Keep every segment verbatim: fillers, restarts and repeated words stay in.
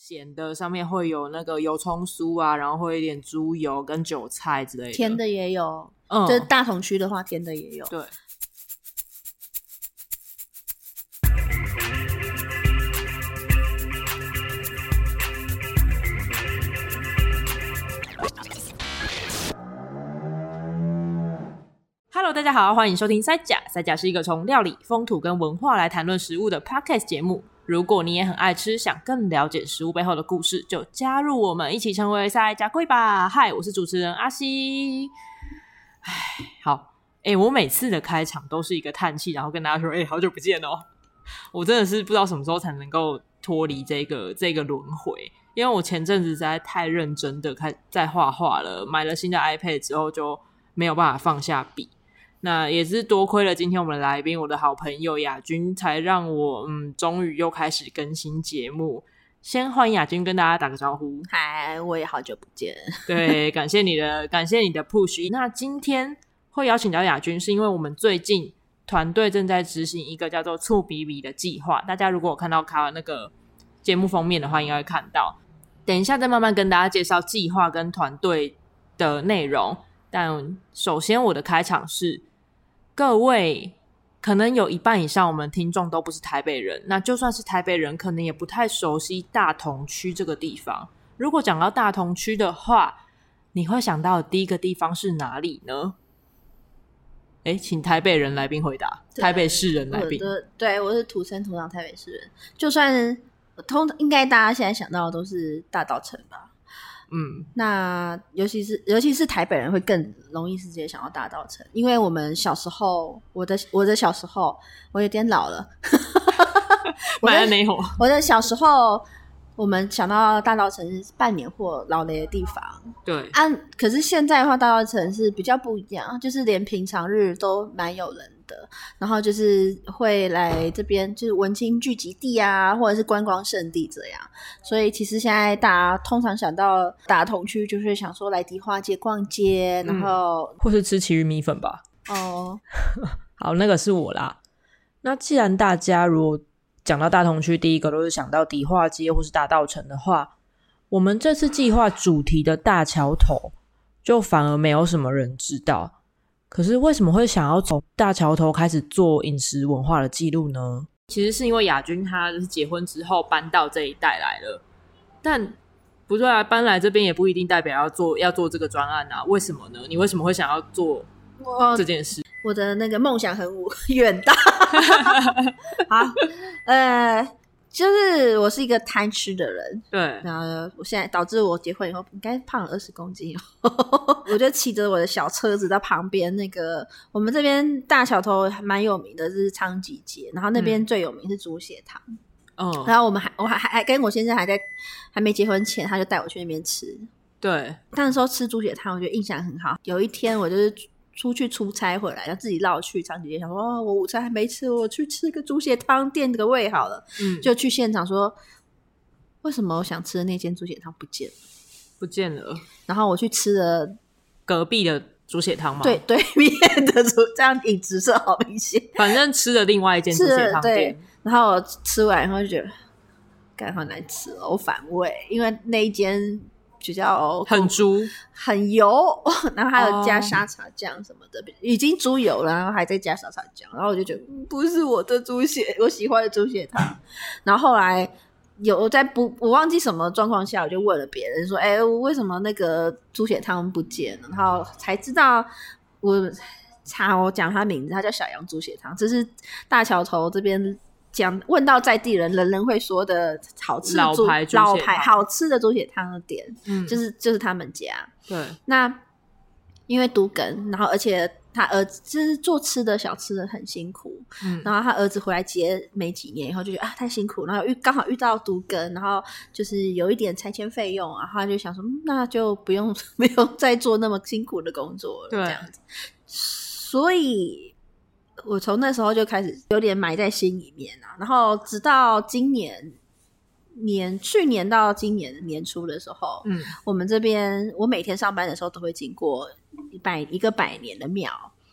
咸的上面会有那个油葱酥啊，然后会有一点猪油跟韭菜之类的。 甜的也有， 嗯， 就是大同区的话甜的也有。 对。Hello， 大家好，欢迎收听塞甲。塞甲是一个从料理、风土跟文化来谈论食物的 podcast 节目。如果你也很爱吃，想更了解食物背后的故事，就加入我们一起成为塞甲贵吧。嗨，我是主持人阿西。唉，好，欸，我每次的开场都是一个叹气，然后跟大家说，欸，好久不见哦。我真的是不知道什么时候才能够脱离这个这个轮回，因为我前阵子实在太认真的开在画画了，买了新的 iPad 之后就没有办法放下笔。那也是多亏了今天我们的来宾，我的好朋友雅君，才让我嗯终于又开始更新节目。先欢迎雅君跟大家打个招呼。 嗨，我也好久不见。 对，感谢你的感谢你的 push。那今天会邀请到雅君，是因为我们最近团队正在执行一个叫做醋比比的计划。大家如果有看到卡那个节目封面的话，应该会看到。等一下再慢慢跟大家介绍计划跟团队的内容。但首先我的开场是，各位可能有一半以上我们听众都不是台北人，那就算是台北人可能也不太熟悉大同区这个地方。如果讲到大同区的话，你会想到的第一个地方是哪里呢？诶，请台北人来宾回答。台北市人来宾。 对，我是土生土长台北市人，就算通应该大家现在想到的都是大稻埕吧。 嗯， 那尤其是尤其是台北人会更容易直接想到大稻埕，因为我们小时候，我的我的小时候，我有点老了，我的我的小时候，我们想到大稻埕是办年货劳雷的地方， 对， 啊，可是现在的话，大稻埕是比较不一样，就是连平常日都蛮有人的，然后就是会来这边就是文青聚集地啊，或者是观光胜地这样。所以其实现在大家通常想到大同区，就是想说来迪化街逛街，然后、 嗯、或是吃奇鱼米粉吧。 哦， 好，那个是我啦。那既然大家如果讲到大同区，第一个都是想到迪化街或是大稻埕的话，我们这次计划主题的大桥头就反而没有什么人知道。可是为什么会想要从大桥头开始做饮食文化的记录呢？其实是因为雅君她就是结婚之后搬到这一带来了，但不对啊，搬来这边也不一定代表要做要做这个专案啊。为什么呢？你为什么会想要做这件事？ 我的那个梦想很远大。好，呃就是我是一个贪吃的人， 对， 然后我现在导致我结婚以后应该胖了二十公斤哦。我就骑着我的小车子到旁边那个，我们这边大桥头还蛮有名的，就是昌吉街，然后那边最有名是猪血汤。嗯，然后我们还我还还跟我先生还在还没结婚前，他就带我去那边吃。 对， 那时候吃猪血汤，我觉得印象很好。有一天我就是出去出差回来，要自己绕去昌吉街，想说哦，我午餐还没吃，我去吃个猪血汤垫个胃好了。嗯，就去现场说，为什么我想吃的那间猪血汤不见了？ 不见了。然后我去吃了隔壁的猪血汤吗？ 对，对面的猪，这样影直色好明显。 反正吃了另外一间猪血汤店， 对。然后我吃完以后就觉得，干好难吃哦，我反胃，因为那一间比较很猪很油，然后还有加沙茶酱什么的、oh. 已经猪油了，然后还在加沙茶酱，然后我就觉得、嗯、不是我的猪血，我喜欢的猪血汤。然后后来有在不我忘记什么状况下，我就问了别人说，哎，为什么那个猪血汤不见了？然后才知道我查我讲他名字，他叫小杨猪血汤，这是大桥头这边讲问到在地人，人人会说的好吃的老牌猪老牌好吃的猪血汤的店，嗯，就是就是他们家。 对， 那因为都更，然后而且他儿子就是做吃的小吃的很辛苦，嗯，然后他儿子回来接没几年以后就觉得啊太辛苦，然后遇刚好遇到都更，然后就是有一点拆迁费用，然后他就想说、嗯、那就不用不用再做那么辛苦的工作了，对，这样子。所以我从那时候就开始有点埋在心里面啊，然后直到今年年去年到今年年初的时候，嗯，我们这边我每天上班的时候都会经过一百一个百年的庙，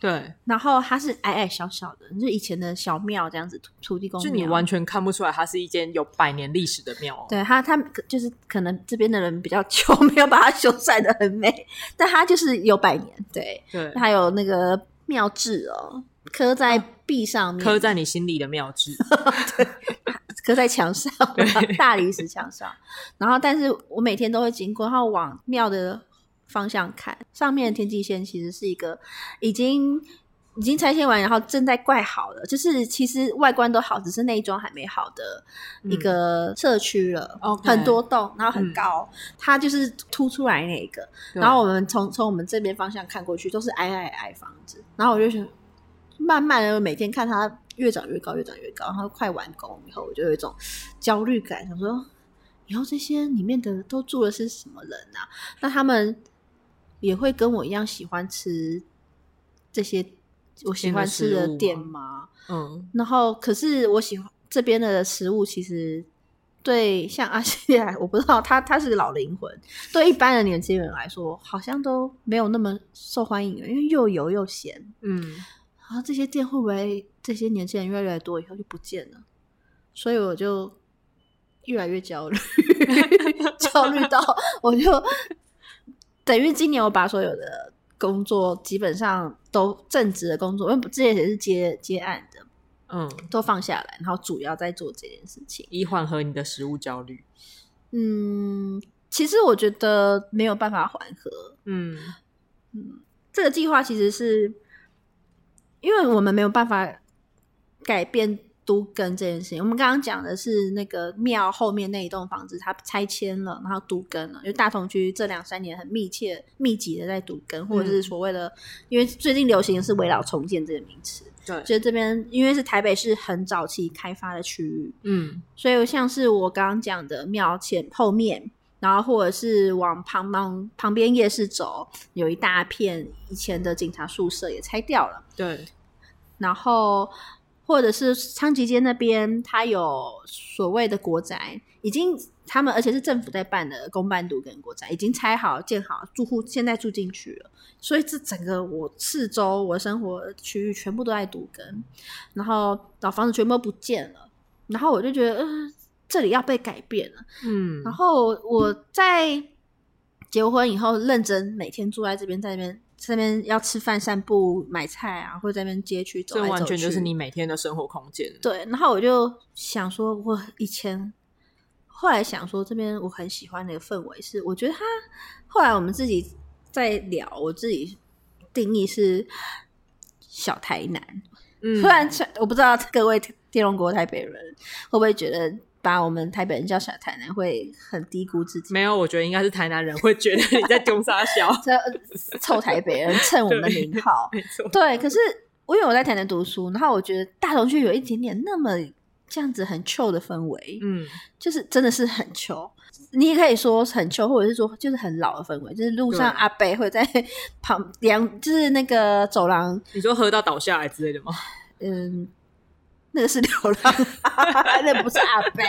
对， 然后它是矮矮小小的，就是以前的小庙这样子，土地公庙， 就你完全看不出来它是一间有百年历史的庙、哦、 对，它它就是可能这边的人比较穷，没有把它修缮的很美，但它就是有百年。对对， 还有那个庙志哦，刻在壁上面， 刻在你心里的庙志对，刻在墙上，大理石墙上。然后但是我每天都会经过，然后往庙的方向看，上面的天际线其实是一个已经已经拆迁完，然后正在盖好了，就是其实外观都好，只是内装还没好的一个社区了、 嗯、 很多栋，然后很高、嗯、它就是凸出来那个，然后我们从从我们这边方向看过去都是矮矮矮房子，然后我就想慢慢的每天看它越长越高越长越高，然后快完工以后我就有一种焦虑感，想说以后这些里面的都住的是什么人啊，那他们也会跟我一样喜欢吃这些我喜欢吃的店吗？嗯，然后可是我喜欢这边的食物，其实对像阿西来，我不知道他他是个老灵魂，对一般的年轻人来说，好像都没有那么受欢迎，因为又油又咸。嗯，然后这些店会不会这些年轻人越来越多以后就不见了？所以我就越来越焦虑，焦虑到我就等于今年我把所有的工作基本上都正职的工作，因为之前也是接接案的，嗯，都放下来，然后主要在做这件事情， 以缓和你的食物焦虑。 嗯，其实我觉得没有办法缓和。嗯嗯，这个计划其实是因为我们没有办法改变都更这件事情。我们刚刚讲的是那个庙后面那一栋房子它拆迁了，然后都更了，因为大同区这两三年很密切密集的在都更，或者是所谓的、嗯、因为最近流行的是围绕重建这个名词， 对， 所以这边因为是台北市很早期开发的区域，嗯，所以像是我刚刚讲的庙前后面，然后或者是往旁旁旁边夜市走，有一大片以前的警察宿舍也拆掉了， 对， 然后或者是昌吉街那边它有所谓的国宅，已经他们而且是政府在办的公办都更国宅，已经拆好建好，住户现在住进去了，所以这整个我四周我生活的区域全部都在都更，然后老房子全部都不见了，然后我就觉得、呃、这里要被改变了。嗯，然后我在结婚以后认真每天住在这边，在那边这边要吃饭散步买菜啊，或者在那边街区走来走去， 这完全就是你每天的生活空间。 对，然后我就想说我以前后来想说这边我很喜欢那个氛围，是我觉得他后来我们自己在聊，我自己定义是小台南。嗯，虽然我不知道各位天龙国台北人会不会觉得把我们台北人叫小台南会很低估自己。 没有，我觉得应该是台南人会觉得你在中沙小臭台北人蹭我们的名号。对，可是因为我在台南读书，然后我觉得大同区有一点点那么这样子很 chill 的氛围，嗯，就是真的是很 chill，你也可以说很 chill，或者是说就是很老的氛围，就是路上阿伯会在旁边，就是那个走廊， 你说喝到倒下来之类的吗？ 嗯，那个是流浪那不是阿伯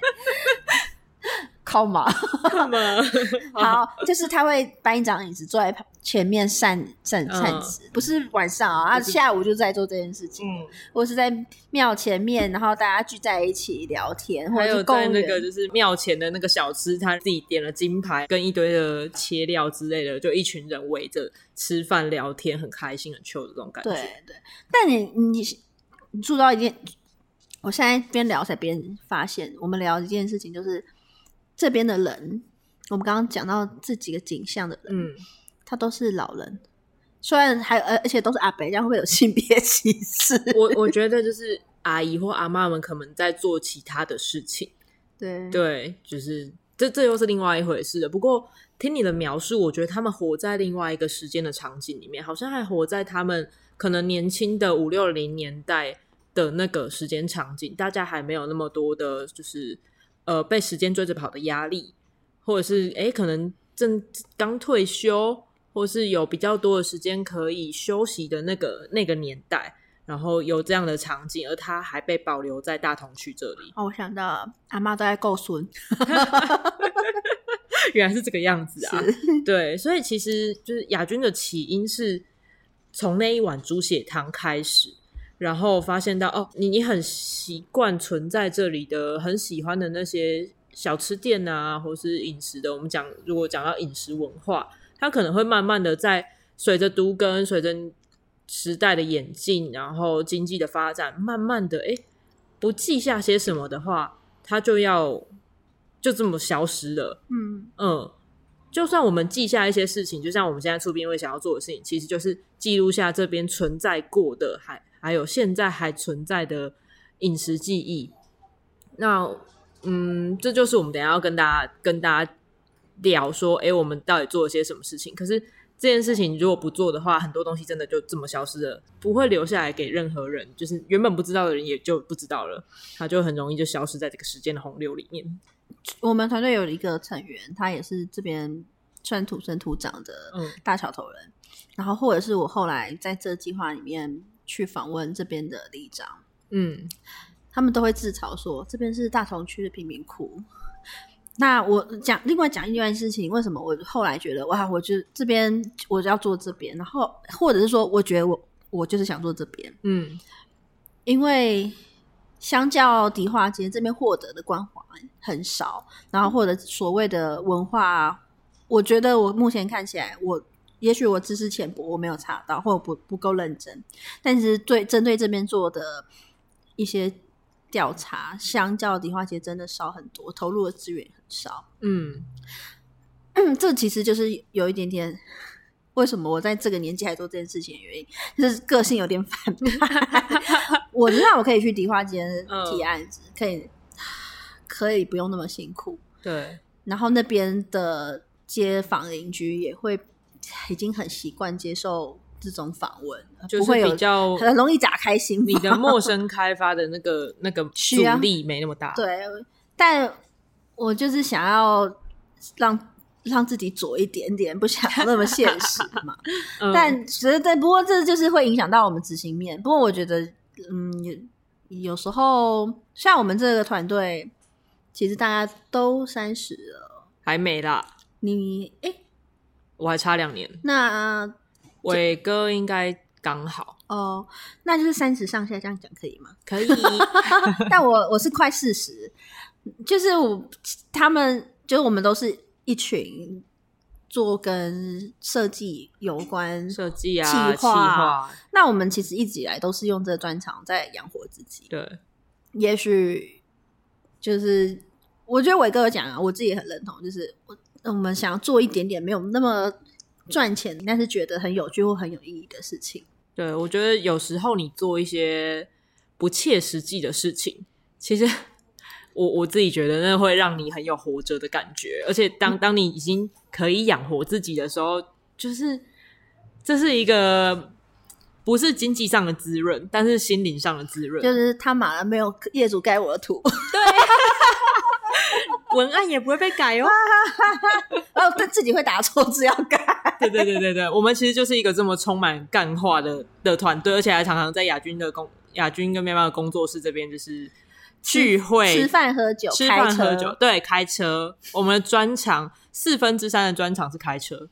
靠嘛好，就是他会搬一张椅子坐在前面散散散纸、嗯、不是晚上啊，他下午就在做这件事情、嗯、或是在庙前面，然后大家聚在一起聊天，或者是公园， 还有在那个就是庙前的那个小吃，他自己点了金牌跟一堆的切料之类的，就一群人围着吃饭聊天，很开心很 chill 的这种感觉。 对对，但你你你住到一件，我现在边聊才边发现，我们聊一件事情，就是这边的人，我们刚刚讲到这几个景象的人，嗯，他都是老人，虽然还而而且都是阿伯，这样会有性别歧视。 我我觉得就是阿姨或阿嬷们可能在做其他的事情， 对对，就是这这又是另外一回事了。不过听你的描述，我觉得他们活在另外一个时间的场景里面，好像还活在他们可能年轻的五六零年代的那个时间场景，大家还没有那么多的就是呃被时间追着跑的压力，或者是诶可能正刚退休，或是有比较多的时间可以休息的那个那个年代，然后有这样的场景，而它还被保留在大同区这里。 哦，我想到阿嬷都在顾孙原来是这个样子啊。对，所以其实就是亚军的起因是从那一碗猪血汤开始，然后发现到哦，你你很习惯存在这里的，很喜欢的那些小吃店啊，或是饮食的。我们讲，如果讲到饮食文化，它可能会慢慢的在随着都更，随着时代的演进，然后经济的发展，慢慢的，哎，不记下些什么的话，它就要就这么消失了。嗯嗯。就算我们记下一些事情，就像我们现在出编会想要做的事情，其实就是记录下这边存在过的，还还有现在还存在的饮食记忆。那嗯，这就是我们等一下要跟大家跟大家聊说，哎，我们到底做了些什么事情？可是这件事情如果不做的话，很多东西真的就这么消失了，不会留下来给任何人，就是原本不知道的人也就不知道了，它就很容易就消失在这个时间的洪流里面。 我们团队有一个成员，他也是这边算土生土长的大桥头人、嗯、然后或者是我后来在这计划里面去访问这边的里长，嗯，他们都会自嘲说这边是大同区的贫民窟。那我讲另外讲另外一件事情，为什么我后来觉得哇，我就这边我就要做这边，然后或者是说我觉得我我就是想做这边，嗯，因为相较迪化街这边获得的关怀很少，然后或者所谓的文化，我觉得我目前看起来，我也许我知识浅薄，我没有查到，或者不不够认真，但是对针对这边做的一些调查，相较迪化街真的少很多，投入的资源很少。嗯，这其实就是有一点点。为什么我在这个年纪还做这件事情的原因，就是个性有点反叛。我知道我可以去迪化街提案子、嗯、可以可以不用那么辛苦，对，然后那边的街坊邻居也会已经很习惯接受这种访问， 就是比较很容易打开心房， 你的陌生开发的那个那个阻力没那么大。 对，但我就是想要让让自己左一点点，不想那么现实嘛。嗯、但觉得不过这就是会影响到我们执行面。不过我觉得，嗯，有时候像我们这个团队，其实大家都三十了， 还没啦。 你哎， 我还差两年。 那伟哥应该刚好哦，那就是三十上下，这样讲可以吗？ 可以。 但我我是快四十，就是我他们就是我们都是。一群做跟设计有关设计啊企划， 那我们其实一直以来都是用这个专长在养活自己。 对， 也许就是我觉得伟哥有讲啊，我自己也很认同，就是我我们想要做一点点没有那么赚钱，但是觉得很有趣或很有意义的事情。 对，我觉得有时候你做一些不切实际的事情，其实我我自己觉得那会让你很有活着的感觉，而且当当你已经可以养活自己的时候，就是这是一个不是经济上的滋润，但是心灵上的滋润， 就是他妈的没有业主盖我的土， 对，文案也不会被改哦， 哦，他自己会打错字要改， 对对对对对，我们其实就是一个这么充满干话的的团队，而且还常常在亚军的工亚军跟喵喵的工作室这边就是聚会、 吃饭喝酒、 吃饭喝酒，对，开车。我们的专长四分之三的专长是开车，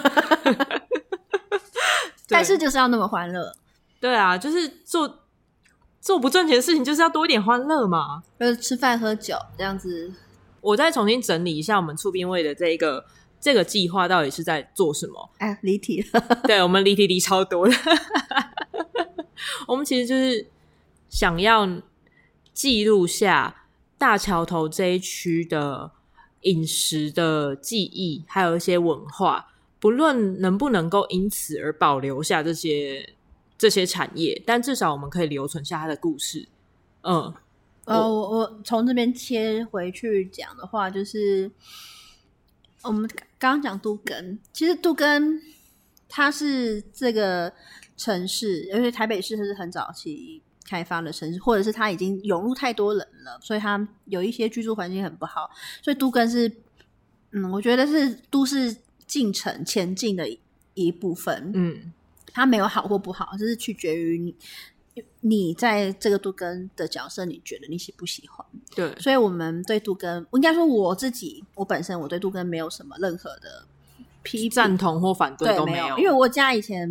但是就是要那么欢乐。 对啊，就是做做不赚钱的事情，就是要多一点欢乐嘛。 就是吃饭喝酒这样子。 我再重新整理一下我们促编会的这个这个计划到底是在做什么？ 哎，离题了。 对，我们离题离超多了。我们其实就是想要记录下大桥头这一区的饮食的记忆，还有一些文化，不论能不能够因此而保留下这些这些产业，但至少我们可以留存下它的故事。嗯， 呃，我我从这边切回去讲的话，就是我们刚刚讲都更，其实都更它是这个城市，因为台北市是很早期开发的城市，或者是它已经涌入太多人了，所以它有一些居住环境很不好，所以都更是嗯，我觉得是都市进程前进的一部分。嗯，它没有好或不好，这是取决于你你在这个都更的角色，你觉得你喜不喜欢？ 对， 所以我们对都更，应该说我自己，我本身我对都更没有什么任何的批赞同或反对都没有， 因为我家以前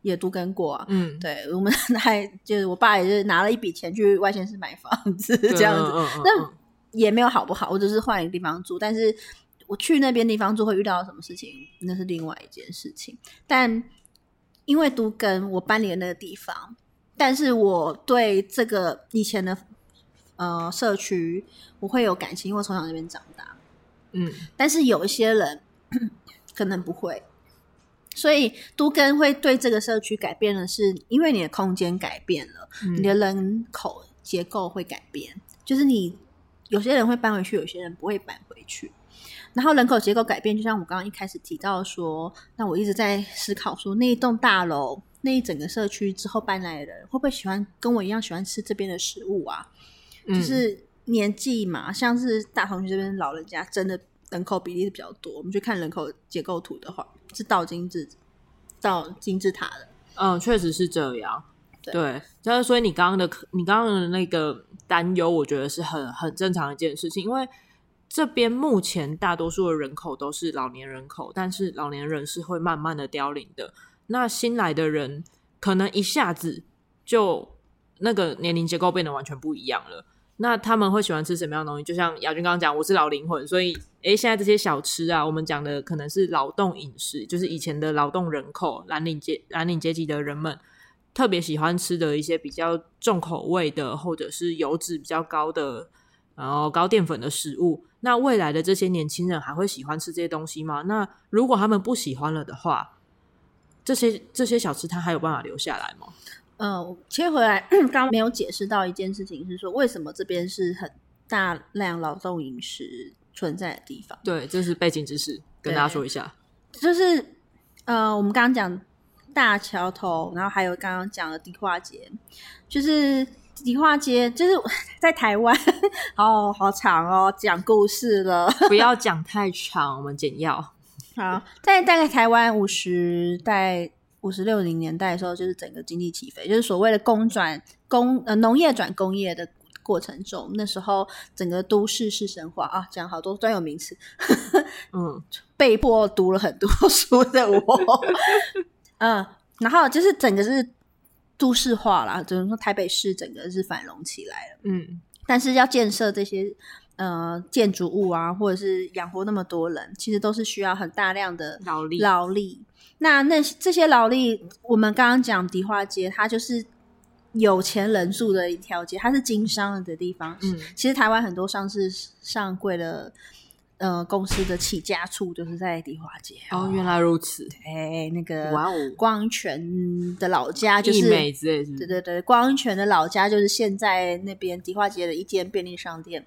也都跟过啊， 嗯， 对，我们还就是我爸也是拿了一笔钱去外县市买房子这样子， 嗯嗯嗯、 那也没有好不好，我只是换一个地方住，但是我去那边地方住会遇到什么事情，那是另外一件事情。但因为都跟我搬离了那个地方，但是我对这个以前的呃社区我会有感情，因为我从小那边长大， 嗯， 但是有一些人可能不会。所以都跟会对这个社区改变的是因为你的空间改变了、嗯、你的人口结构会改变，就是你有些人会搬回去，有些人不会搬回去，然后人口结构改变，就像我刚刚一开始提到说，那我一直在思考说那一栋大楼那一整个社区之后搬来的人会不会喜欢跟我一样喜欢吃这边的食物啊、嗯、就是年纪嘛，像是大同区这边老人家真的人口比例是比较多，我们去看人口结构图的话是到金字到金字塔的。 嗯，确实是这样。对，对，所以你刚刚的你刚刚的那个担忧我觉得是很很正常的一件事情，因为这边目前大多数的人口都是老年人口，但是老年人是会慢慢的凋零的，那新来的人可能一下子就那个年龄结构变得完全不一样了，那他们会喜欢吃什么样的东西，就像雅君刚刚讲我是老灵魂，所以诶现在这些小吃啊，我们讲的可能是劳动饮食，就是以前的劳动人口蓝领阶蓝领阶级的人们特别喜欢吃的一些比较重口味的或者是油脂比较高的然后高淀粉的食物，那未来的这些年轻人还会喜欢吃这些东西吗？那如果他们不喜欢了的话，这些这些小吃摊还有办法留下来吗？ 呃，切回来刚刚没有解释到一件事情，是说为什么这边是很大量劳动饮食存在的地方。 对，这是背景知识，跟大家说一下。 就是呃，我们刚刚讲大桥头，然后还有刚刚讲的迪化街，就是迪化街就是在台湾哦，好长哦，讲故事了不要讲太长，我们简要。 好，在大概台湾五十代五十六零年代的时候，就是整个经济起飞，就是所谓的工转工呃农业转工业的过程中，那时候整个都市式生活啊，讲好多专有名词，嗯，被迫读了很多书的我，嗯，然后就是整个是都市化啦，就是说台北市整个是繁荣起来了，嗯，但是要建设这些呃建筑物啊，或者是养活那么多人，其实都是需要很大量的劳力劳力。那那这些劳力，我们刚刚讲迪化街，它就是有钱人住的一条街，它是经商的地方。嗯，其实台湾很多上市上柜的呃公司的起家处就是在迪化街。 哦，原来如此。 哎，那个哇哦， 光泉的老家就是义美之类是不是？ 对对对，光泉的老家就是现在那边迪化街的一间便利商店。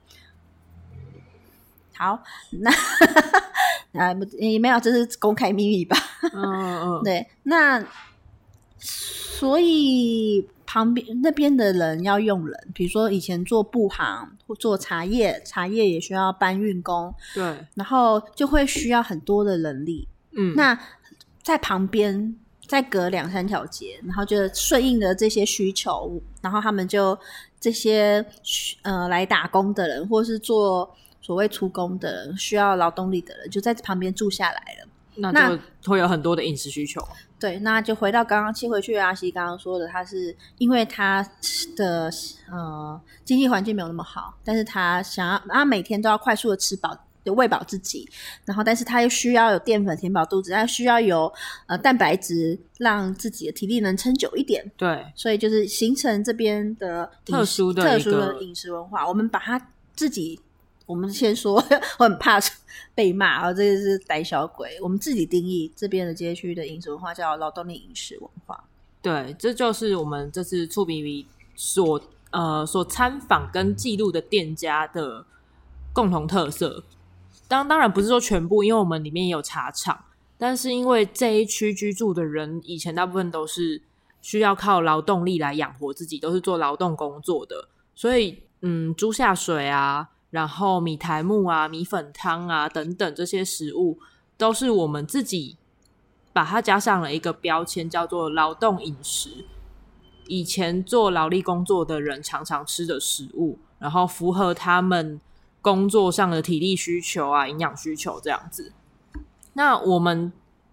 好，那啊也没有，这是公开秘密吧？嗯嗯，对，那所以旁边那边的人要用人，比如说以前做布行或做茶叶，茶叶也需要搬运工， 对， 然后就会需要很多的人力。嗯，那在旁边再隔两三条街，然后就顺应了这些需求，然后他们就这些呃来打工的人，或是做所谓出工的人，需要劳动力的人，就在旁边住下来了。 那就会有很多的饮食需求。 对，那就回到刚刚切回去阿西刚刚说的，他是因为他的呃经济环境没有那么好，但是他想要他每天都要快速的吃饱，喂饱自己，然后但是他又需要有淀粉填饱肚子，他需要有呃蛋白质让自己的体力能撑久一点。 对， 所以就是形成这边的特殊的特殊的饮食文化。我们把它自己，我们先说我很怕被骂啊，这个是胆小鬼。我们自己定义这边的街区的饮食文化叫劳动力饮食文化。 对，这就是我们这次触笔笔所呃所参访跟记录的店家的共同特色。当当然不是说全部，因为我们里面也有茶厂，但是因为这一区居住的人以前大部分都是需要靠劳动力来养活自己，都是做劳动工作的，所以嗯，猪下水啊，然后米苔目啊、米粉汤啊等等这些食物都是我们自己把它加上了一个标签叫做劳动饮食，以前做劳力工作的人常常吃的食物，然后符合他们工作上的体力需求啊、营养需求这样子。那我们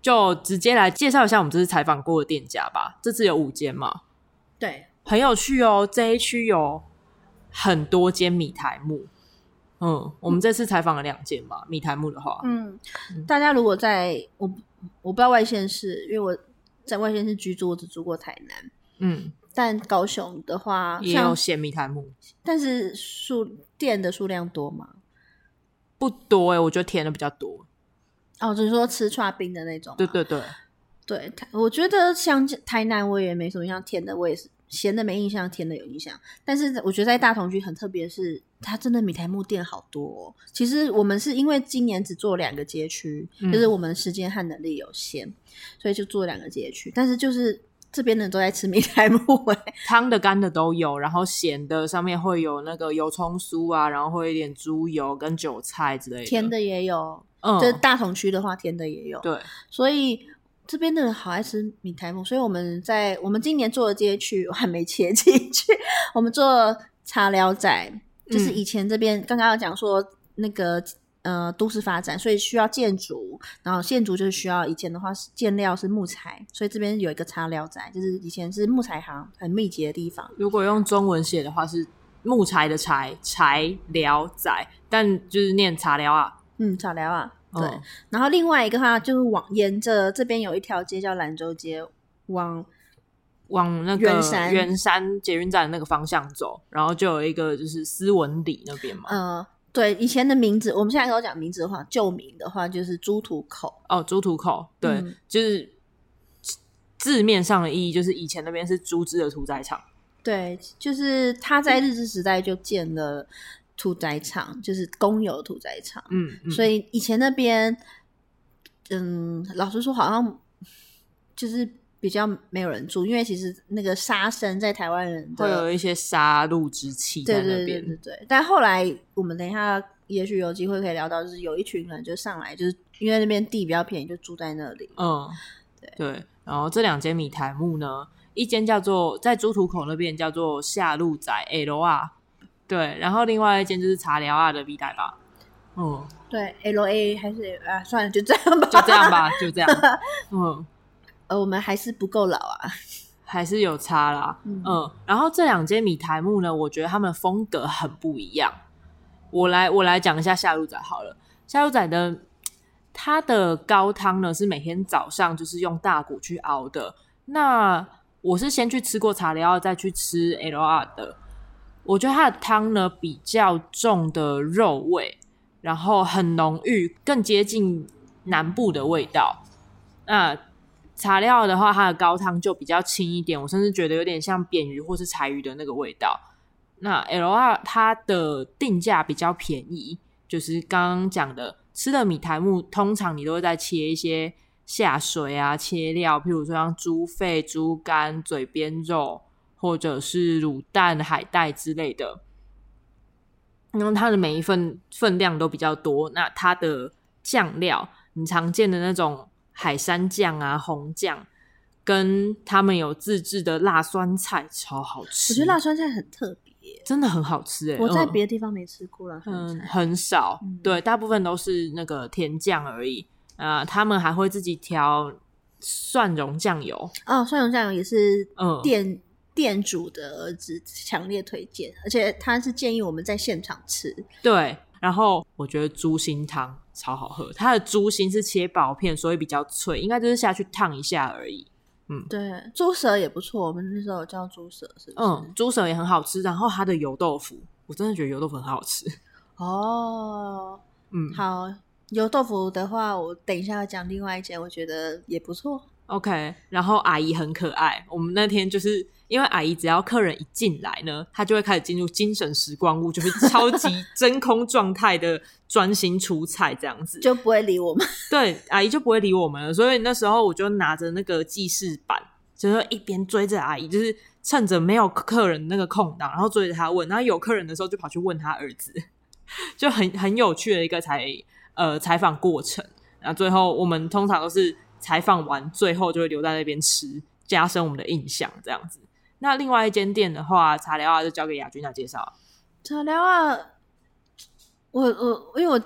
就直接来介绍一下我们这次采访过的店家吧。这次有五间嘛？ 对， 很有趣哦。这一区有很多间米苔目。嗯，我们这次采访了两间嘛，米苔目的话， 嗯，大家如果在我我不知道外县市，因为我在外县市居住，我只住过台南，嗯，但高雄的话也有咸米苔目， 但是数店的数量多吗？ 不多哎、欸，我觉得甜的比较多。 哦，就是说吃剉冰的那种。 对对对， 对，我觉得像台南我也没什么印象，甜的我也是，咸的没印象，甜的有印象。但是我觉得在大同区很特别的是，它真的米苔目店好多哦。其实我们是因为今年只做两个街区、嗯，就是我们的时间和能力有限，所以就做两个街区。但是就是这边的人都在吃米苔目欸， 汤的干的都有，然后咸的上面会有那个油葱酥啊，然后会有一点猪油跟韭菜之类的， 甜的也有。嗯，就是大同区的话甜的也有。对，所以这边的人好爱吃米苔目，所以我们在我们今年做的街区我还没切进去，我们做茶寮仔，就是以前这边、嗯、刚刚有讲说那个呃都市发展，所以需要建筑，然后建筑就是需要以前的话建料是木材，所以这边有一个茶寮仔，就是以前是木材行很密集的地方。 如果用中文写的话是木材的柴，柴寮仔，但就是念茶寮啊。 嗯，茶寮啊，对、哦。然后另外一个话就是往沿着这边有一条街叫兰州街，往往那个圆山圆山捷运站的那个方向走，然后就有一个就是斯文里那边嘛。 呃，对，以前的名字，我们现在都讲名字的话，旧名的话就是猪土口。 哦，猪土口，对、嗯，就是字面上的意义就是以前那边是猪只的屠宰场。 对，就是他在日治时代就建了屠宰场，就是公有屠宰场。嗯, 嗯，所以以前那边，嗯，老实说，好像就是比较没有人住，因为其实那个杀生在台湾人的会有一些杀戮之气在那边。对对对对对。但后来我们等一下也许有机会可以聊到，就是有一群人就上来，就是因为那边地比较便宜，就住在那里。嗯， 对对。然后这两间米苔目呢，一间叫做在猪土口那边叫做下路仔 L R。对，然后另外一间就是茶寮啊的米苔吧， 嗯，对 ，L A 还是啊，算了，就这样吧， 就这样吧，就这样，嗯， 呃，我们还是不够老啊， 还是有差啦，嗯，嗯然后这两间米苔目呢，我觉得他们的风格很不一样。我来我来讲一下下路仔好了，下路仔的它的高汤呢是每天早上就是用大骨去熬的，那我是先去吃过茶寮，再去吃 L R 的。我觉得它的汤呢比较重的肉味，然后很浓郁，更接近南部的味道。那茶寮的话，它的高汤就比较轻一点，我甚至觉得有点像扁鱼或是柴鱼的那个味道。那 L R 它的定价比较便宜，就是刚刚讲的吃的米苔目，通常你都会再切一些下水啊，切料，譬如说像猪肺、猪肝、嘴边肉。或者是卤蛋、海带之类的，然后它的每一份分量都比较多。那它的酱料，你常见的那种海山酱啊、红酱，跟他们有自制的辣酸菜，超好吃。 我觉得辣酸菜很特别， 真的很好吃欸。 我在别的地方没吃过辣酸菜， 嗯，很少、嗯。对，大部分都是那个甜酱而已。呃，他们还会自己调蒜蓉酱油。 哦，蒜蓉酱油也是店。嗯店主的儿子强烈推荐，而且他是建议我们在现场吃。 对，然后我觉得猪心汤超好喝，它的猪心是切薄片，所以比较脆，应该就是下去烫一下而已。嗯， 对，猪舌也不错，我们那时候有叫猪舌，是不是？ 嗯，猪舌也很好吃，然后它的油豆腐，我真的觉得油豆腐很好吃。 哦，嗯，好，油豆腐的话，我等一下要讲另外一间，我觉得也不错。 OK， 然后阿姨很可爱，我们那天就是因为阿姨只要客人一进来呢，她就会开始进入精神时光屋，就是超级真空状态的专心出菜这样子， 就不会理我们。 对，阿姨就不会理我们了，所以那时候我就拿着那个记事板，就是一边追着阿姨，就是趁着没有客人那个空档，然后追着她问，然后有客人的时候就跑去问她儿子，就很很有趣的一个采呃采访过程。然后最后我们通常都是采访完最后就会留在那边吃，加深我们的印象这样子。那另外一间店的话，茶寮啊就交给雅君来介绍。 茶寮啊，我我因为我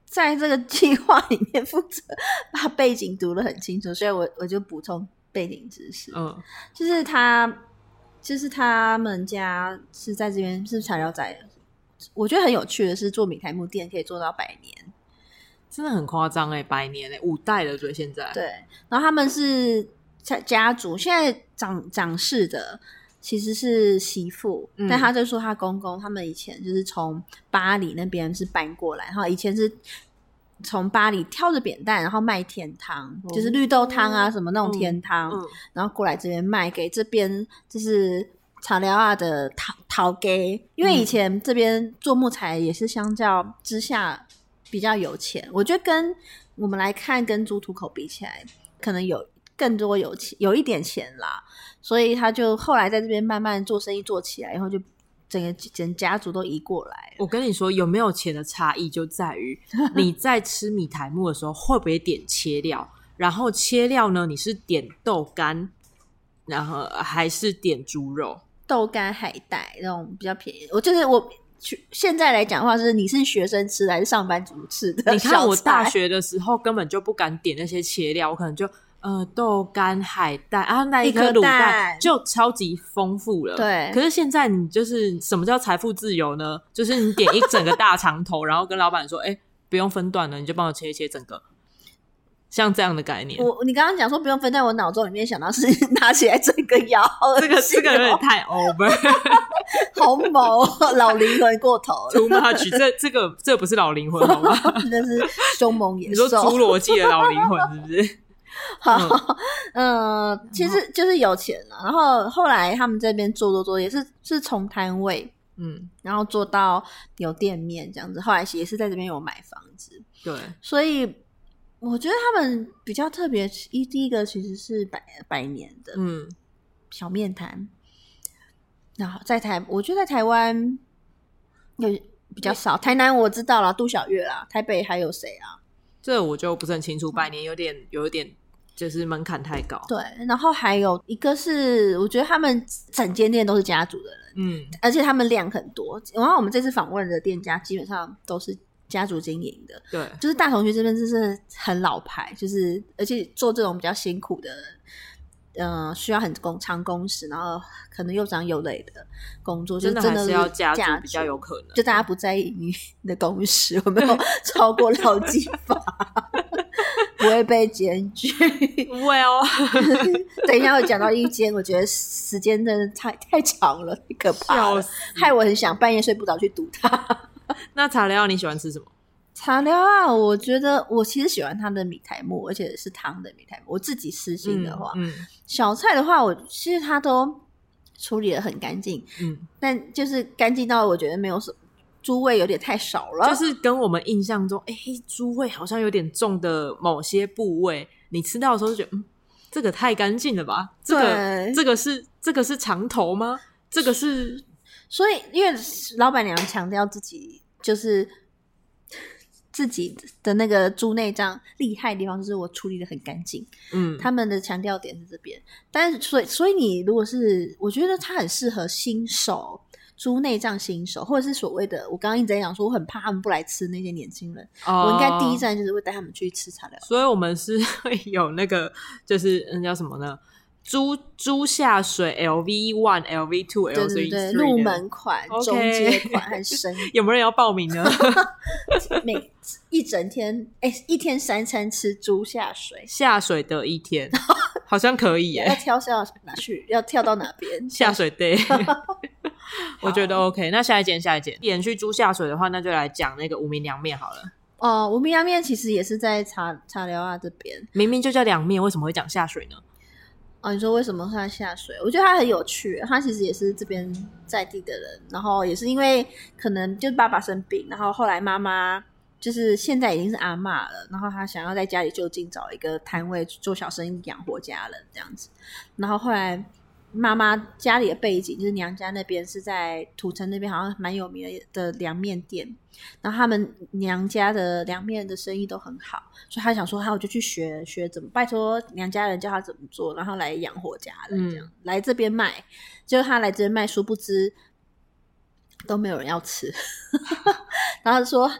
在这个计划里面负责把背景读得很清楚，所以我我就补充背景知识。嗯，就是他就是他们家是在这边是材料仔，我觉得很有趣的是做米苔木店可以做到百年， 真的很夸张哎，百年哎，五代了对现在。 对，然后他们是家族，现在掌掌事的其实是媳妇、嗯、但他就说他公公他们以前就是从巴黎那边是搬过来，然后以前是从巴黎挑着扁担然后卖甜汤、哦、就是绿豆汤啊什么那种甜汤、嗯嗯、然后过来这边卖给这边就是草寮啊的陶陶给，因为以前这边做木材也是相较之下比较有钱，我觉得跟我们来看跟猪土口比起来可能有更多有钱有一点钱啦，所以他就后来在这边慢慢做生意做起来，然后就整个整家族都移过来。 我跟你说有没有钱的差异就在于你在吃米苔木的时候会不会点切料，然后切料呢你是点豆干然后还是点猪肉， 豆干海带那种比较便宜。我就是我现在来讲的话是你是学生吃的还是上班族吃的？ 你看我大学的时候根本就不敢点那些切料，我可能就呃豆干海带啊那一颗卤蛋就超级丰富了。 对， 可是现在你就是什么叫财富自由呢？就是你点一整个大肠头然后跟老板说哎、欸，不用分段了，你就帮我切一切整个，像这样的概念。 我你刚刚讲说不用分段，我脑中里面想到是拿起来整个摇， 这个这个有点太 over 好猛哦，老灵魂过头了 too much 这这个这不是老灵魂好吗？ 这是凶猛野兽， 你说侏罗纪的老灵魂是不是？ 好，嗯、呃，其实就是有钱了，然后后来他们这边做做做也是是从摊位，嗯，然后做到有店面这样子，后来也是在这边有买房子， 对， 所以我觉得他们比较特别，一第一个其实是百百年的，嗯，小面摊，然后在台，我觉得在台湾有比较少，台南我知道啦，杜小月啦，台北还有谁啊？ 这我就不是很清楚，百年有点有一点就是门槛太高。 对，然后还有一个是我觉得他们整间店都是家族的人，嗯，而且他们量很多，然后我们这次访问的店家基本上都是家族经营的， 对， 就是大同区这边就是很老牌，就是而且做这种比较辛苦的呃，需要很工长工时，然后可能又长又累的工作， 真的真的是要家族比较有可能， 就大家不在意你的工时有没有超过劳基法不会被检举。 Well 等一下会讲到一间我觉得时间真的太太长了，太可怕了，害我很想半夜睡不着去堵它。 那茶寮你喜欢吃什么？ 茶寮啊，我觉得我其实喜欢它的米苔目，而且是汤的米苔目。我自己私心的话，嗯嗯、小菜的话，我其实它都处理得很干净，嗯，但就是干净到我觉得没有什么猪味，有点太少了。 就是跟我们印象中，哎，猪味好像有点重的某些部位，你吃到的时候就觉得，嗯，这个太干净了吧？这个这个是这个是肠头吗？这个是， 所以因为老板娘强调自己就是自己的那个猪内脏厉害的地方就是我处理的很干净，嗯，他们的强调点是这边，但是所以所以你如果是我觉得它很适合新手，猪内脏新手，或者是所谓的我刚刚一直在讲说我很怕他们不来吃那些年轻人，哦，我应该第一站就是会带他们去吃茶寮， 所以我们是会有那个就是那叫什么呢？猪猪下水 L V 一 L V 二 L V 三入门款、okay. 中阶款和升有没有人要报名呢？ 每一整天哎、欸，一天三餐吃猪下水， 下水的一天好像可以耶， 要跳下哪去？要跳到哪边？ 下水 day 我觉得 OK。 那下一间下一间延续猪下水的话，那就来讲那个无名凉面好了。 哦、呃，无名凉面其实也是在茶茶寮啊这边， 明明就叫凉面，为什么会讲下水呢？ 哦，你说为什么他下水？我觉得他很有趣，他其实也是这边在地的人，然后也是因为可能就是爸爸生病，然后后来妈妈就是现在已经是阿嬷了，然后他想要在家里就近找一个摊位做小生意养活家人这样子，然后后来妈妈家里的背景就是娘家那边是在土城那边好像蛮有名的凉面店，然后他们娘家的凉面的生意都很好，所以他想说他我就去学学怎么拜托娘家人教他怎么做，然后来养活家人这样、嗯、来这边卖，结果他来这边卖殊不知都没有人要吃然后说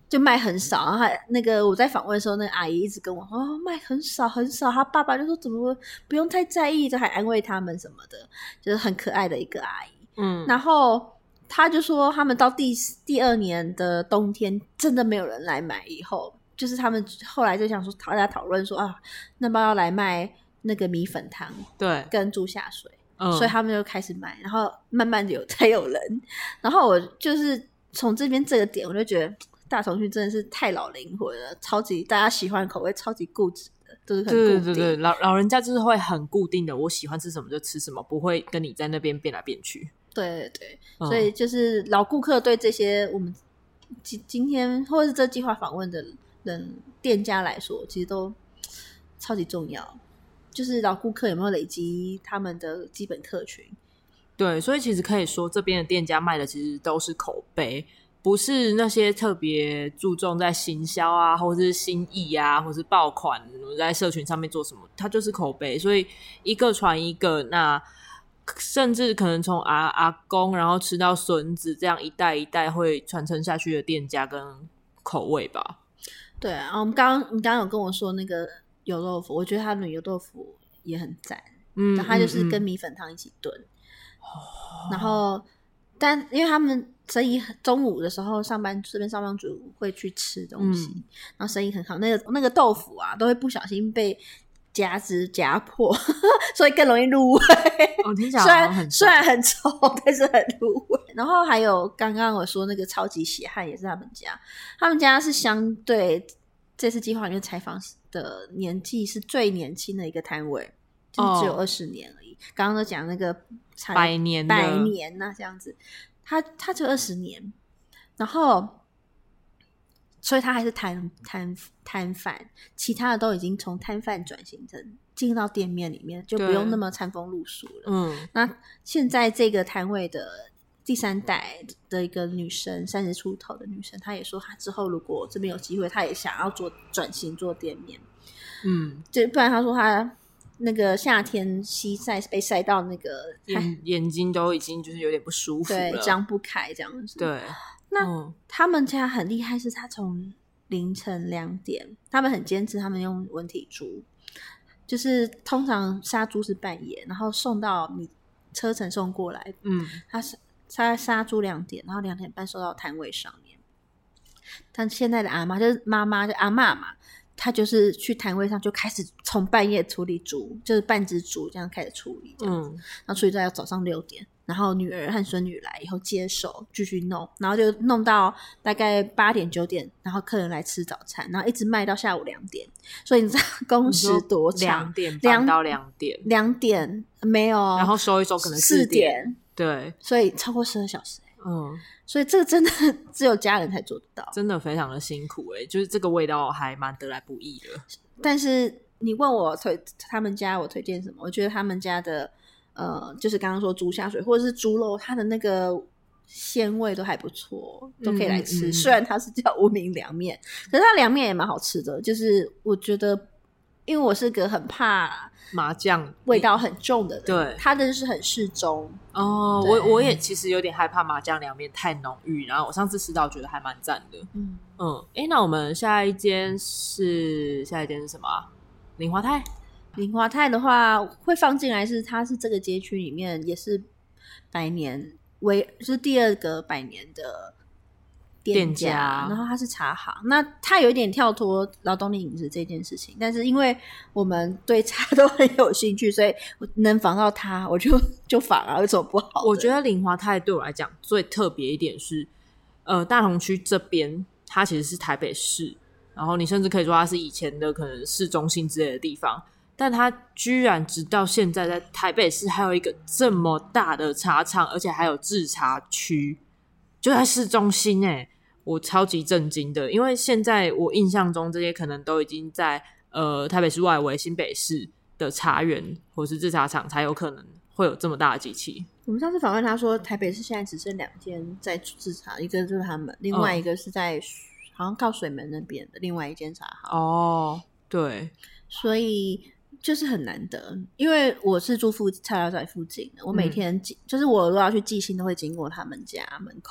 就卖很少，然后还那个我在访问的时候，那个阿姨一直跟我说、哦、卖很少很少，他爸爸就说怎么不用太在意，就还安慰他们什么的，就是很可爱的一个阿姨。嗯，然后他就说他们到第第二年的冬天真的没有人来买，以后就是他们后来就想说大家讨论说啊，那么要来卖那个米粉汤， 对， 跟猪下水、嗯、所以他们就开始买，然后慢慢的有才有人，然后我就是从这边这个点我就觉得大同区真的是太老灵魂了，超级大家喜欢的口味超级固执的，都是很固定。 对对对，老老人家就是会很固定的，我喜欢吃什么就吃什么，不会跟你在那边变来变去。 对对对、嗯、所以就是老顾客对这些我们今今天或者是这计划访问的人店家来说其实都超级重要，就是老顾客有没有累积他们的基本客群。 对，所以其实可以说这边的店家卖的其实都是口碑，不是那些特别注重在行销啊或是心意啊或是爆款在社群上面做什么，它就是口碑，所以一个传一个，那甚至可能从阿阿公然后吃到孙子，这样一代一代会传承下去的店家跟口味吧。对啊，我们刚刚你刚刚有跟我说那个油豆腐，我觉得他们油豆腐也很赞，嗯，然后他就是跟米粉汤一起炖、嗯、然后但因为他们生意中午的时候上班这边上班族会去吃东西、嗯、然后生意很好，那个那个豆腐啊都会不小心被夹子夹破所以更容易入味、 哦、听起来好像很虽然虽然很臭但是很入味。然后还有刚刚我说那个超级血汗也是他们家，他们家是相对这次计划里面采访的年纪是最年轻的一个摊位，就是只有二十年而已、哦、刚刚都讲那个百年的百年啊这样子，他他只有二十年，然后所以他还是摊摊摊贩，其他的都已经从摊贩转型成进到店面里面，就不用那么餐风露宿了。嗯，那现在这个摊位的第三代的一个女生，三十出头的女生，她也说她之后如果这边有机会，她也想要做转型做店面。嗯，就不然她说她那个夏天西晒被晒到那个眼, 眼睛都已经就是有点不舒服了， 对，张不开这样子。 对。 那、嗯、他们家很厉害，是他从凌晨两点，他们很坚持，他们用温体猪，就是通常杀猪是半夜，然后送到你车程送过来，嗯，他杀杀猪两点，然后两点半收到摊位上面。但现在的阿嬷就是妈妈，就阿嬷嘛，她就是去摊位上就开始从半夜处理猪，就是半只猪这样开始处理，这样子、嗯、然后处理到早上六点。然后女儿和孙女来以后接手继续弄，然后就弄到大概八点九点，然后客人来吃早餐，然后一直卖到下午两点，所以你知道工时多长？ 两点半到两点， 两点没有， 然后收一收可能四点， 对， 所以超过十二小时、欸，嗯，所以这个真的只有家人才做得到， 真的非常的辛苦哎、欸，就是这个味道还蛮得来不易的。 但是你问我推他们家我推荐什么，我觉得他们家的。呃，就是刚刚说猪下水或者是猪肉，它的那个鲜味都还不错，都可以来吃、嗯嗯、虽然它是叫无名凉面，可是它凉面也蛮好吃的，就是我觉得因为我是个很怕麻酱味道很重的人， 对， 它的是很适中哦。我我也其实有点害怕麻酱凉面太浓郁，然后我上次吃到觉得还蛮赞的。嗯嗯，哎，那我们下一间是下一间是什么啊？菱华泰。 菱华泰的话会放进来是它是这个街区里面也是百年为是第二个百年的店家, 店家然后它是茶行，那它有一点跳脱劳动力饮食这件事情，但是因为我们对茶都很有兴趣，所以能访到它我就就访啊，有什么不好的？ 我觉得菱华泰对我来讲最特别一点是呃，大同区这边它其实是台北市，然后你甚至可以说它是以前的可能市中心之类的地方，但他居然直到现在在台北市还有一个这么大的茶厂，而且还有制茶区，就在市中心耶、欸、我超级震惊的，因为现在我印象中这些可能都已经在呃台北市外围新北市的茶园或是制茶厂才有可能会有这么大的机器。 我们上次访问他说台北市现在只剩两间在制茶，一个就是他们，另外一个是在、嗯、好像靠水门那边的另外一间茶行。哦， 对， 所以就是很难得，因为我是住附菜寮仔附近的，我每天、嗯、就是我如果要去寄信都会经过他们家门口，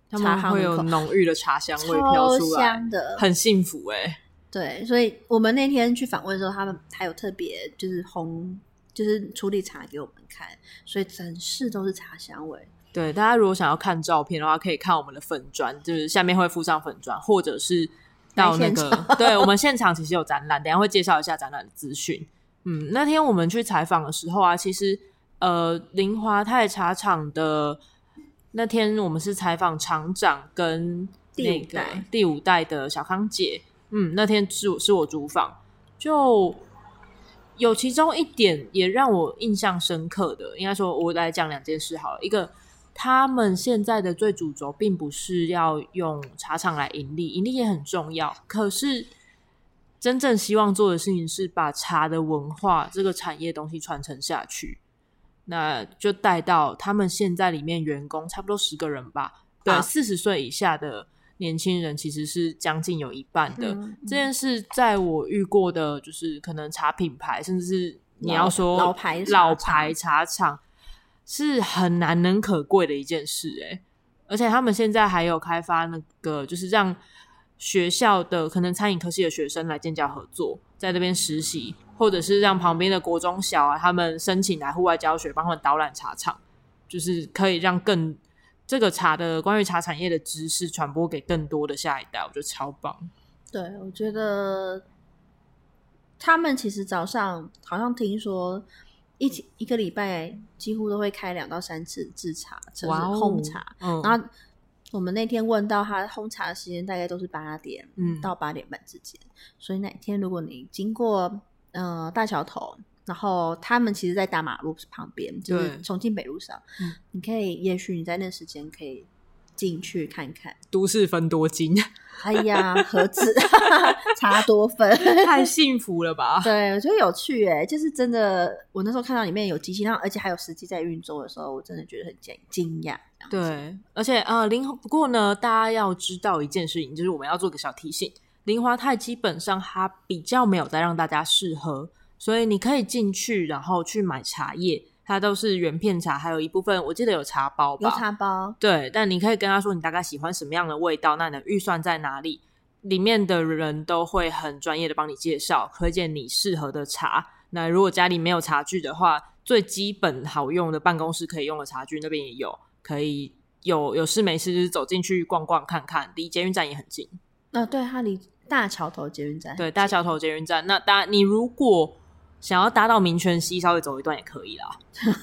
他们会有浓郁的茶香味飘出来， 超香的， 很幸福哎、欸。 对，所以我们那天去访问的时候，他们还有特别就是烘，就是处理茶给我们看，所以整室都是茶香味。 对，大家如果想要看照片的话，可以看我们的粉专，就是下面会附上粉专，或者是到那个，对，我们现场其实有展览，等一下会介绍一下展览的资讯。嗯，那天我们去采访的时候啊，其实呃，林华泰茶厂的那天我们是采访厂长跟那个第五代的小康姐。嗯，那天是我是我主访，就有其中一点也让我印象深刻的，应该说我来讲两件事好了。一个，他们现在的最主轴并不是要用茶厂来盈利，盈利也很重要，可是真正希望做的事情是把茶的文化这个产业东西传承下去。那就带到他们现在里面员工差不多十个人吧，对，四十岁以下的年轻人其实是将近有一半的、嗯嗯、这件事在我遇过的就是可能茶品牌甚至是你要说老牌老牌茶厂是很难能可贵的一件事欸。而且他们现在还有开发那个就是让学校的可能餐饮科系的学生来建教合作，在这边实习，或者是让旁边的国中小啊他们申请来户外教学，帮他们导览茶厂，就是可以让更这个茶的关于茶产业的知识传播给更多的下一代，我觉得超棒。 对，我觉得他们其实早上好像听说一一个礼拜几乎都会开两到三次制茶，就是烘茶、哦嗯、然后我们那天问到他烘茶的时间大概都是八点到八点半之间、嗯、所以哪天如果你经过呃大桥头，然后他们其实在大马路旁边，就是重庆北路上、嗯、你可以也许你在那时间可以进去看看。 都市分多金， 哎呀何止差多分太幸福了吧。 对，我觉得有趣耶，就是真的我那时候看到里面有机器，然后而且还有实际在运作的时候，我真的觉得很惊讶。 对，而且呃，林不过呢大家要知道一件事情，就是我们要做个小提醒，林华泰基本上它比较没有在让大家试喝，所以你可以进去然后去买茶叶，它都是原片茶，还有一部分我记得有茶包吧， 有茶包， 对，但你可以跟他说你大概喜欢什么样的味道，那你的预算在哪里，里面的人都会很专业的帮你介绍推荐你适合的茶。那如果家里没有茶具的话，最基本好用的办公室可以用的茶具那边也有，可以有有事没事就是走进去逛逛看看，离捷运站也很近。 哦，对，它离大桥头捷运站， 对，大桥头捷运站。那大你如果想要搭到民权西稍微走一段也可以啦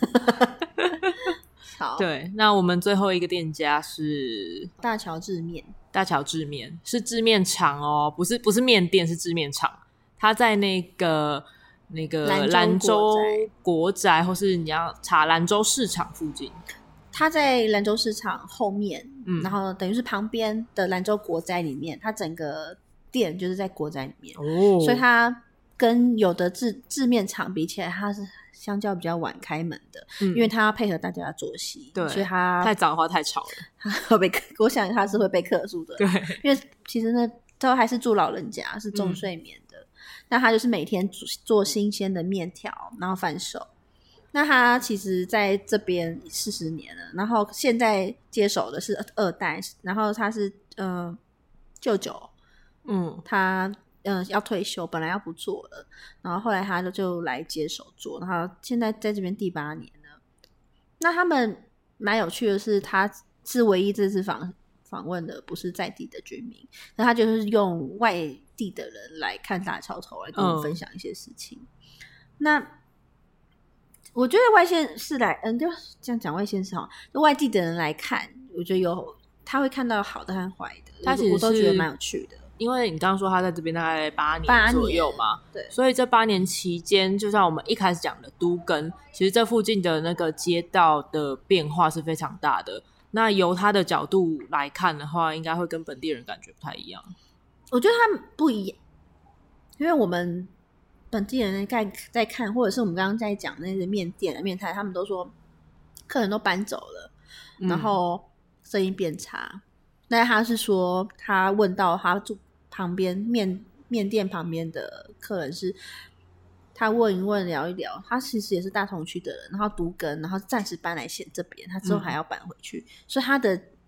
好， 对，那我们最后一个店家是大桥制面。 大桥制面是制面厂哦，不是不是面店，是制面厂。它在那个那个兰州国宅，或是你要查兰州市场附近。 它在兰州市场后面、嗯、然后等于是旁边的兰州国宅里面，它整个店就是在国宅里面、哦、所以它跟有的制制面厂比起来，它是相较比较晚开门的、嗯、因为它要配合大家的作息，对，所以它太早的话太吵了， 它会被我想它是会被客诉的， 对， 因为其实呢都还是住老人家，是重睡眠的、嗯、那它就是每天做新鲜的面条然后贩售。那他其实在这边四十年了，然后现在接手的是二代，然后他是呃舅舅，嗯，他呃要退休，本来要不做了，然后后来他就就来接手做，然后现在在这边第八年了。那他们蛮有趣的是，他是唯一这次访访问的不是在地的居民，那他就是用外地的人来看大桥头，来跟我们分享一些事情。嗯、那我觉得外县市来，嗯，就这样讲外县市哈，就外地的人来看，我觉得有他会看到好的和坏的，他其实我都觉得蛮有趣的。 因为你刚刚说他在这边大概八年左右嘛， 对， 所以这八年期间，就像我们一开始讲的都更，其实这附近的那个街道的变化是非常大的。那由他的角度来看的话，应该会跟本地人感觉不太一样。 我觉得他们不一样，因为我们本地人在在看，或者是我们刚刚在讲那些面店的面摊，他们都说客人都搬走了，嗯、然后生意变差。但是他是说，他问到他住旁边面面店旁边的客人是，他问一问聊一聊，他其实也是大同区的人，然后独耕，然后暂时搬来县这边，他之后还要搬回去，嗯、所以他的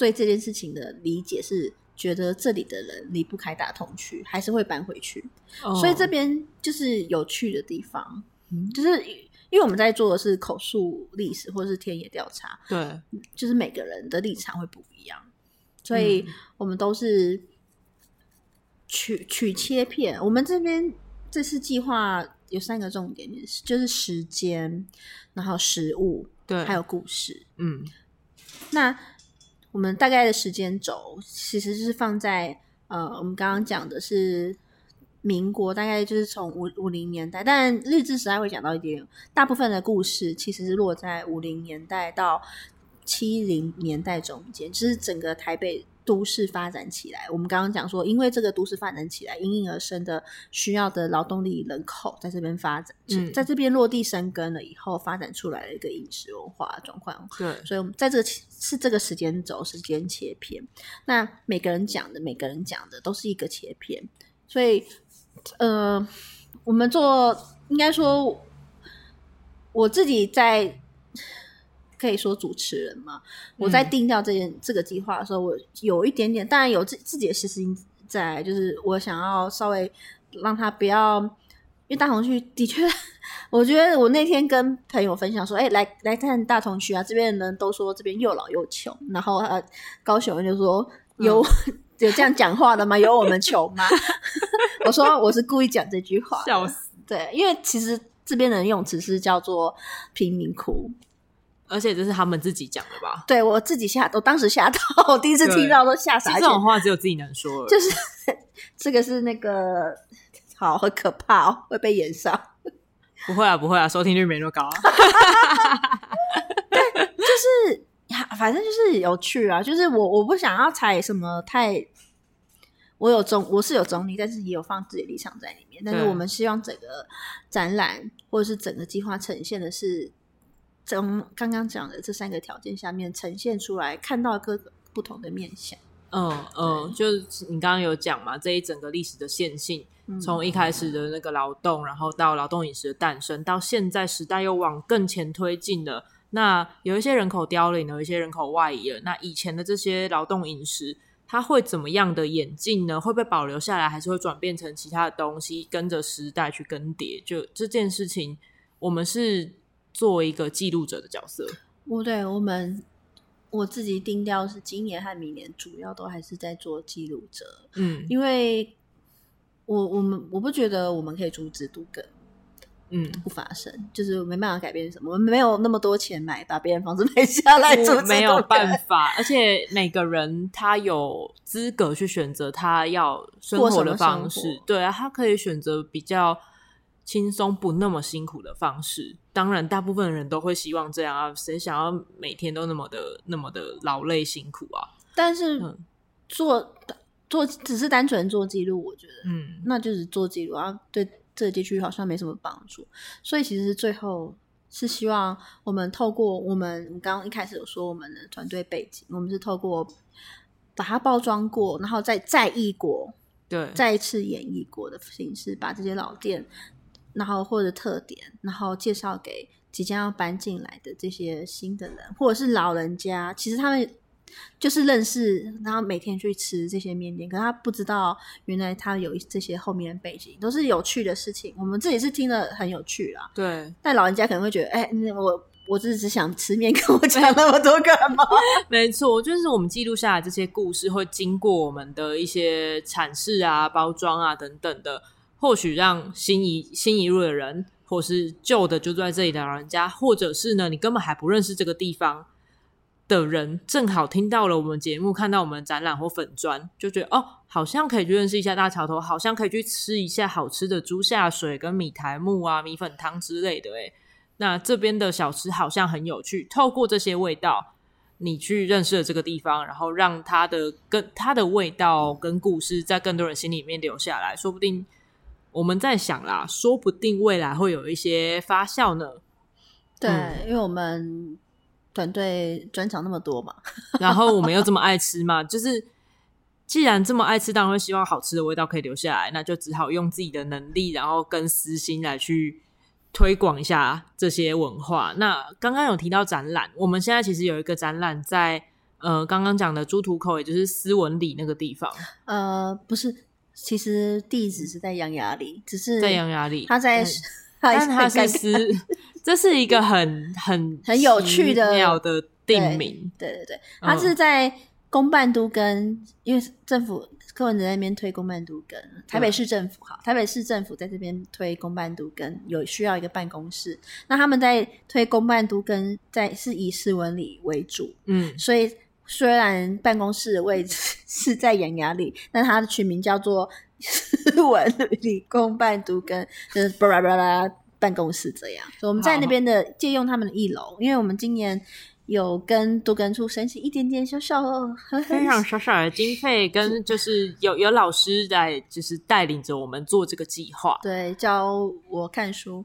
对这件事情的理解是觉得这里的人离不开大同区，还是会搬回去、哦、所以这边就是有趣的地方、嗯、就是因为我们在做的是口述历史或者是田野调查， 对， 就是每个人的立场会不一样，所以我们都是取取切片。我们这边这次计划有三个重点，就是时间，然后食物，对，还有故事。嗯，那我们大概的时间轴其实是放在呃，我们刚刚讲的是民国，大概就是从五五零年代，但日治时代会讲到一点，大部分的故事其实是落在五零年代到七零年代中间，就是整个台北都市发展起来。我们刚刚讲说，因为这个都市发展起来，因应而生的需要的劳动力人口在这边发展、嗯、在这边落地生根了以后，发展出来了一个饮食文化状况。对，所以我们在这个是这个时间轴，时间切片。那每个人讲的，每个人讲的都是一个切片，所以呃，我们做应该说，我自己在。可以说主持人嘛，我在定调这件、嗯、这个计划的时候，我有一点点，当然有自自己的私心在，就是我想要稍微让他不要，因为大同区的确，我觉得我那天跟朋友分享说，哎、欸，来来看大同区啊，这边的人都说这边又老又穷，然后呃，高雄人就说有、嗯、有这样讲话的吗？有我们穷吗？我说我是故意讲这句话， 笑死， 对，因为其实这边的用词是叫做贫民窟。 而且这是他们自己讲的吧？ 对，我自己吓，我当时吓到，我第一次听到都吓傻。 这种话只有自己能说了， 就是这个是那个好很可怕哦，会被延上。 不会啊，不会啊，收听率没那么高啊。 对，就是反正就是有趣啊，就是我我不想要踩什么太，我有中我是有中立，但是也有放自己的立场在里面。但是我们希望整个展览或者是整个计划呈现的是。从刚刚讲的这三个条件下面呈现出来，看到各个不同的面向。 嗯嗯，就是你刚刚有讲嘛，这一整个历史的线性，从、嗯、一开始的那个劳动，然后到劳动饮食的诞生，到现在时代又往更前推进了。那有一些人口凋零了，有一些人口外移了。那以前的这些劳动饮食，它会怎么样的演进呢？会被保留下来，还是会转变成其他的东西，跟着时代去更迭？就这件事情，我们是。作为一个记录者的角色， 我对我们我自己定调是今年和明年主要都还是在做记录者，嗯，因为我我们我不觉得我们可以阻止都更嗯不发生，就是没办法改变什么，我们没有那么多钱买把别人房子买下来，阻止没有办法，而且每个人他有资格去选择他要生活的方式，对啊，他可以选择比较轻松不那么辛苦的方式，当然大部分人都会希望这样啊，谁想要每天都那么的那么的劳累辛苦啊？ 但是做、嗯、做只是单纯做记录，我觉得嗯，那就是做记录啊，对这个地区好像没什么帮助，所以其实最后是希望我们透过我们刚刚一开始有说我们的团队背景，我们是透过把它包装过，然后再再译过，对，再一次演绎过的形式，把这些老店然后或者特点，然后介绍给即将要搬进来的这些新的人，或者是老人家，其实他们就是认识，然后每天去吃这些面店，可是他不知道原来他有这些后面的背景，都是有趣的事情，我们自己是听得很有趣啦，对，但老人家可能会觉得哎，我我只是想吃面，跟我讲那么多干嘛？ 没错，就是我们记录下来这些故事会经过我们的一些阐释啊、包装啊等等的，或许让新移新移入的人，或是旧的就住在这里的老人家，或者是呢你根本还不认识这个地方的人，正好听到了我们节目，看到我们展览或粉专，就觉得哦，好像可以去认识一下大桥头，好像可以去吃一下好吃的猪下水跟米苔目啊、米粉汤之类的诶。那这边的小吃好像很有趣，透过这些味道你去认识了这个地方，然后让它的跟它的味道跟故事在更多人心里面留下来，说不定我们在想啦，说不定未来会有一些发酵呢。 对、嗯、因为我们团队专长那么多嘛， 然后我们又这么爱吃嘛，就是既然这么爱吃，当然会希望好吃的味道可以留下来，那就只好用自己的能力然后跟私心来去推广一下这些文化。那刚刚有提到展览，我们现在其实有一个展览在呃刚刚讲的猪屠口，也就是斯文里那个地方。 呃，不是，其实地址是在洋雅里，只是在洋雅里， 他在， 但它是斯，这是一个很很很有趣的妙的地名。 对对对，它是在公办都跟，因为政府柯文哲在那边推公办都跟，台北市政府好，台北市政府在这边推公办都跟，有需要一个办公室。那他们在推公办都跟，在是以斯文里为主，嗯，所以虽然办公室的位置是在洋雅里，但它的取名叫做斯文里公办都跟，就是巴拉巴拉办公室这样。所以我们在那边的借用他们的一楼，因为我们今年有跟都更处申请一点点小小非常小小的经费，跟就是有有老师在就是带领着我们做这个计划， 对，教我看书。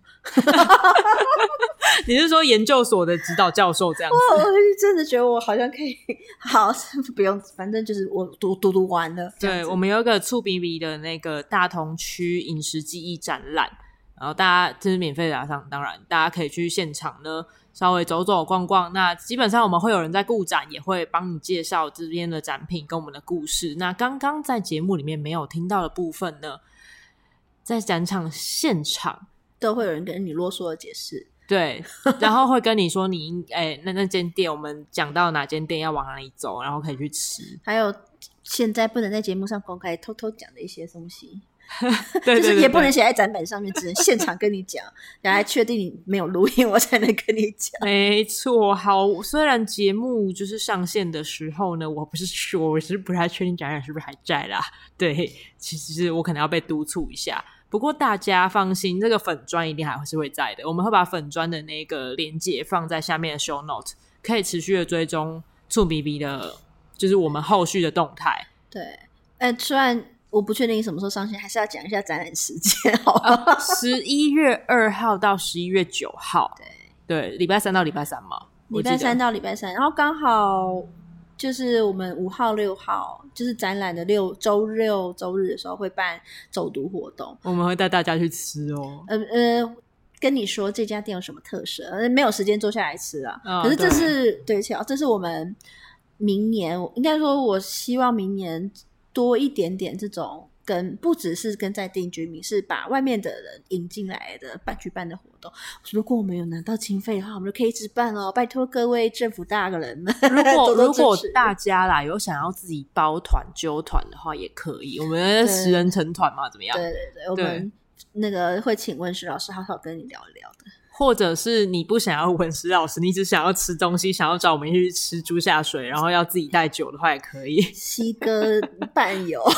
你是说研究所的指导教授这样子？ 我真的觉得我好像可以，好，不用，反正就是我读读读完了。 对，我们有一个触鼻鼻的那个大同区饮食记忆展览，然后大家这是免费的上，当然大家可以去现场呢稍微走走逛逛。那基本上我们会有人在顾展，也会帮你介绍这边的展品跟我们的故事。那刚刚在节目里面没有听到的部分呢，在展场现场都会有人跟你啰嗦的解释。 对，然后会跟你说你哎，那那间店我们讲到哪间店要往哪里走，然后可以去吃。 还有现在不能在节目上公开偷偷讲的一些东西。 对对对对， 就是也不能写在展板上面，只能现场跟你讲，然后还确定你没有录音我才能跟你讲。 没错，好，虽然节目就是上线的时候呢，我不是说我是不太确定展览是不是还在啦，对，其实我可能要被督促一下。不过大家放心，这个粉专一定还是会在的，我们会把粉专的那个连结放在下面的 show note， 可以持续的追踪触B B的就是我们后续的动态。 对，呃，虽然我不确定什么时候上线，还是要讲一下展览时间好吧？ 十一月二号到十一月九号，对对，礼拜三到礼拜三嘛， 礼拜三到礼拜三，然后刚好就是我们五号六号就是展览的六周六周日的时候会办走读活动， 我们会带大家去吃哦。 呃呃，跟你说这家店有什么特色，没有时间坐下来吃啊。哦、可是这是对，对，这是我们明年，应该说我希望明年多一点点这种跟不只是跟在地居民，是把外面的人引进来的办举办的活动。如果我们有拿到经费的话，我们就可以一直办哦，拜托各位政府大人们。 如果如果大家啦有想要自己包团揪团的话，也可以，我们十人成团嘛，怎么样？ 对对对，我们那个会请文石老师好好跟你聊一聊的。 或者是你不想要文石老师，你只想要吃东西，想要找我们去吃猪下水，然后要自己带酒的话也可以。 西哥伴游。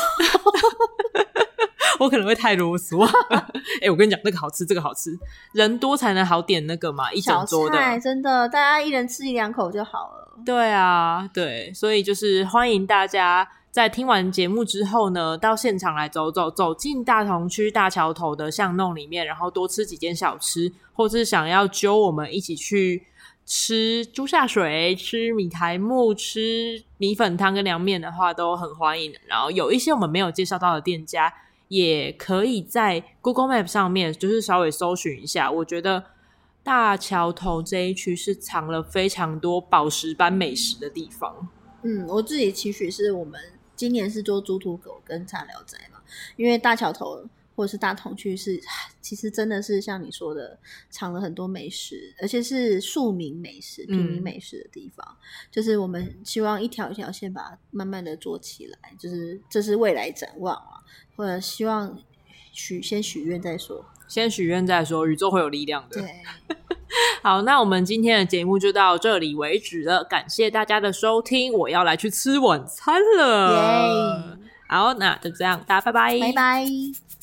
我可能会太啰嗦。哎、欸，我跟你讲，这个好吃，这个好吃，人多才能好点那个嘛，一整桌的。 小菜真的，大家一人吃一两口就好了。 对啊，对，所以就是欢迎大家在听完节目之后呢，到现场来走走，走进大同区大桥头的巷弄里面，然后多吃几间小吃，或是想要揪我们一起去吃猪下水、吃米苔目、吃米粉汤跟凉面的话，都很欢迎。然后有一些我们没有介绍到的店家，也可以在 Google Map 上面就是稍微搜寻一下。我觉得大桥头这一区是藏了非常多宝石般美食的地方。 嗯，我自己期许是我们今年是做猪屠狗跟茶寮仔嘛，因为大桥头或者是大同区是其实真的是像你说的藏了很多美食，而且是庶民美食、平民美食的地方、嗯、就是我们希望一条一条线把它慢慢的做起来，就是这是未来展望啊，或者希望许先许愿再说， 先许愿再说，宇宙会有力量的。 对。 好，那我们今天的节目就到这里为止了，感谢大家的收听，我要来去吃晚餐了。 耶！ 好，那就这样，大家拜拜， 拜拜。